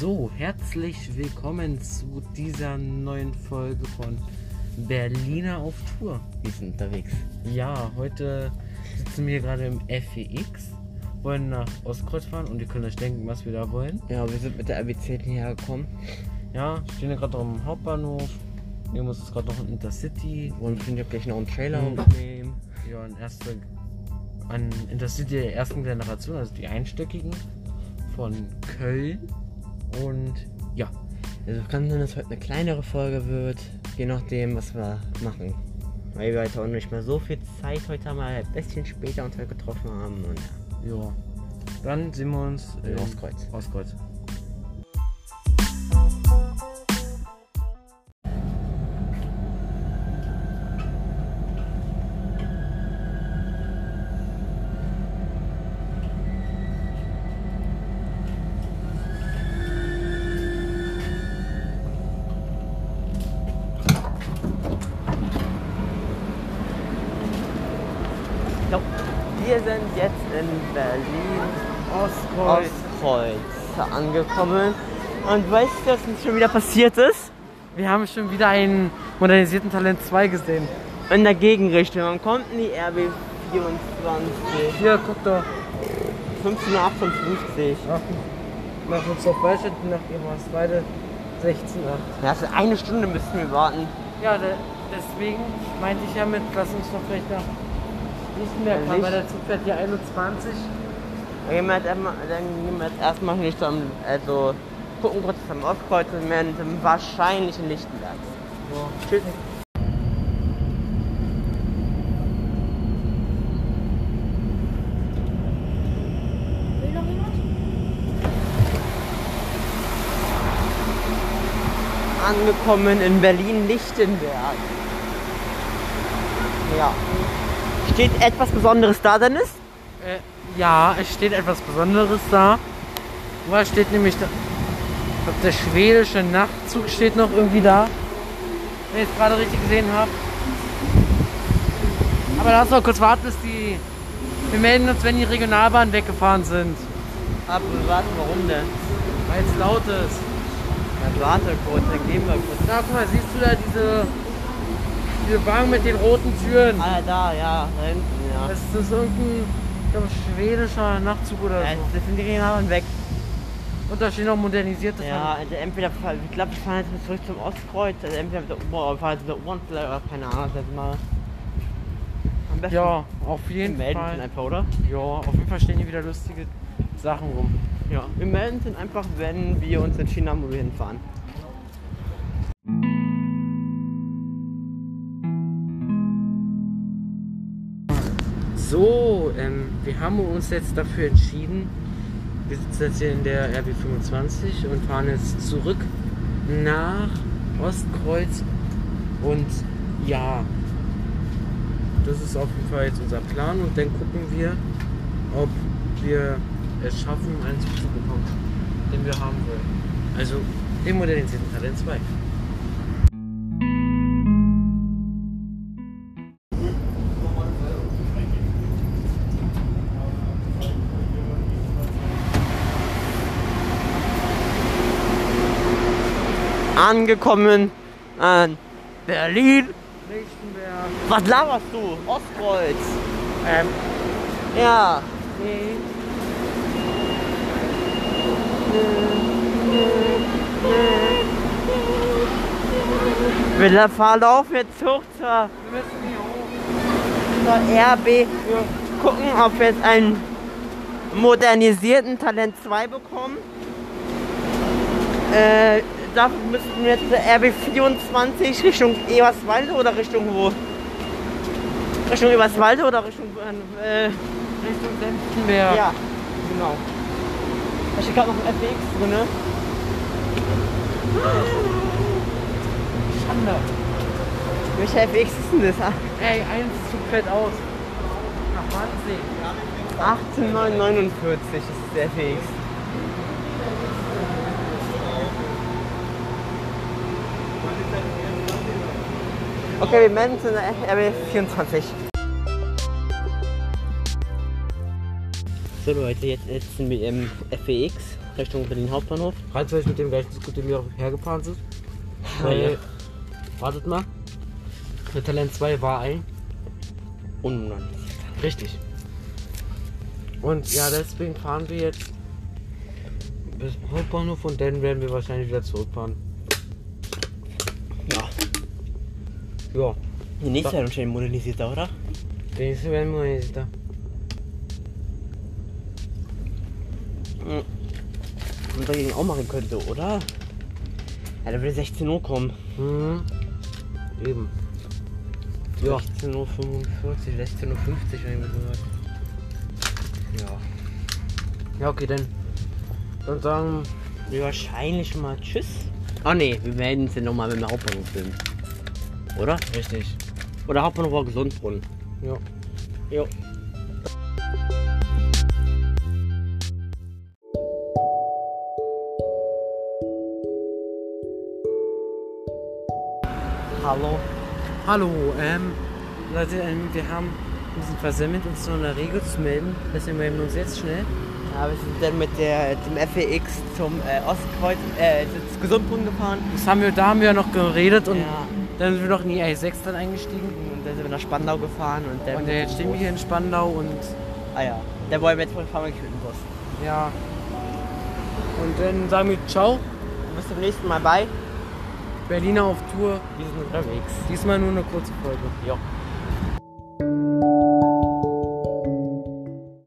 So, herzlich willkommen zu dieser neuen Folge von Berliner auf Tour. Wir sind unterwegs. Ja, heute sitzen wir gerade im FEX, wollen nach Ostkreuz fahren und ihr könnt euch denken, was wir da wollen. Ja, wir sind mit der RB10 hierher gekommen. Ja, stehen ja gerade am Hauptbahnhof. Neben uns ist gerade noch ein Intercity. Und wir gleich noch einen Trailer aufnehmen. Ja, ein Intercity der ersten Generation, also die einstöckigen von Köln. Und ja. Also kann sein, dass heute eine kleinere Folge wird, je nachdem, was wir machen. Weil wir heute auch nicht mehr so viel Zeit heute haben, ein bisschen später uns halt getroffen haben. Und ja. Dann sehen wir uns in Ostkreuz. Ostkreuz. Wir sind jetzt in Berlin Ostkreuz angekommen. Und weißt du, was uns schon wieder passiert ist? Wir haben schon wieder einen modernisierten Talent 2 gesehen. In der Gegenrichtung. Man kommt in die RB 24. Hier, guck doch. 15:58 Uhr. Nach uns auf Waldstadt, nach Eberswalde 16:08. Ja, für eine Stunde müssten wir warten. Ja, deswegen meinte ich ja mit, lass uns doch vielleicht nach Lichtenberg fahren, weil der Zug fährt hier 21. Dann gehen wir jetzt erstmal Richtung, also gucken kurz am Ostkreuz und werden wahrscheinlich in Lichtenberg. Ja. Tschüss. Will noch jemand? Angekommen in Berlin-Lichtenberg. Ja. Steht etwas Besonderes da, Dennis? Ja, es steht etwas Besonderes da. Was steht nämlich da? Ich glaube, der schwedische Nachtzug steht noch irgendwie da. Wenn ich es gerade richtig gesehen habe. Aber lass noch kurz warten, bis wir melden uns, wenn die Regionalbahnen weggefahren sind. Aber warte, warum denn? Weil es laut ist. Ja, warte kurz, dann gehen wir kurz. Da, guck mal, siehst du da diese Wagen mit den roten Türen? Ah, da, ja, da hinten, ja. Das ist irgendein, ich glaube, schwedischer Nachtzug oder Ja, so. jetzt sind die Regionalen weg. Und da stehen noch modernisierte Ja, also entweder, ich glaube, wir fahren jetzt mal zurück zum Ostkreuz, also entweder mit der U-Bahn oder wir fahren jetzt mit der U-Bahn vielleicht, oder keine Ahnung, das jetzt mal. Am besten Ja, auf jeden wir melden Fall. uns einfach, oder? Ja, auf jeden Fall stehen hier wieder lustige Sachen rum. Ja. Wir melden uns einfach, wenn wir uns entschieden haben, wo wir hinfahren. So, wir haben uns jetzt dafür entschieden. Wir sitzen jetzt hier in der RB25 und fahren jetzt zurück nach Ostkreuz. Und ja, das ist auf jeden Fall jetzt unser Plan. Und dann gucken wir, ob wir es schaffen, einen Zug zu bekommen, den wir haben wollen. Also den modernisierten Talent 2. Angekommen an Berlin. Lichtenberg. Was laberst du? Ostkreuz. Ja. Wir laufen jetzt hoch zur RB. Wir gucken, ob wir jetzt einen modernisierten Talent 2 bekommen. Dafür müssten wir jetzt zur RB 24 Richtung Eberswalde oder Richtung wo? Richtung Eberswalde oder Richtung Richtung Lichtenberg. ja, genau. Da steht gerade noch ein FX drin, ne? Schande. Welcher FX ist denn das? Ey, eins Zug fährt aus. Nach Wannsee. 18949 ist der FX. Okay, wir melden uns in der RB 24. So Leute, jetzt sitzen wir im FEX Richtung Berlin Hauptbahnhof. Rein mit dem gleichen Scooter, den wir auch hergefahren sind. Ah, Weil, ja. wartet mal. Für Talent 2 war ein. Unnormal. Richtig. Und ja, deswegen fahren wir jetzt bis Hauptbahnhof und dann werden wir wahrscheinlich wieder zurückfahren. Ja. Ja, Die nächste Jahr wahrscheinlich modernisierter, oder? der nächste werden wir jetzt da. Und dagegen auch machen könnte, oder? Ja, da würde 16 Uhr kommen. Mhm. Eben. Ja. 16:45 Uhr, 16:50 Uhr, wenn ich gehört. Ja. Ja, okay, dann sagen Wir wahrscheinlich mal Tschüss. Ah ne, wir melden uns dann nochmal, wenn wir Hauptbahnhof filmen. Oder? richtig. Oder Hauptbahnhof war Gesundbrunnen. Ja. Jo. Hallo. Hallo, Leute, wir sind versemmelt, uns noch in der Regel zu melden. Deswegen melden wir uns jetzt schnell. Ja, wir sind dann mit dem FEX zum Ostkreuz, zum Gesundbrunnen gefahren. Da haben wir ja noch geredet und Ja. dann sind wir noch in die A6 dann eingestiegen. Und dann sind wir nach Spandau gefahren und dann. Und jetzt stehen wir hier in Spandau und Ah ja. Da wollen wir jetzt fahren wir mit dem Bus. ja. Und dann sagen wir ciao, Du bist beim nächsten Mal bei. Berliner auf Tour. Wir sind unterwegs. Diesmal nur eine kurze Folge. Ja.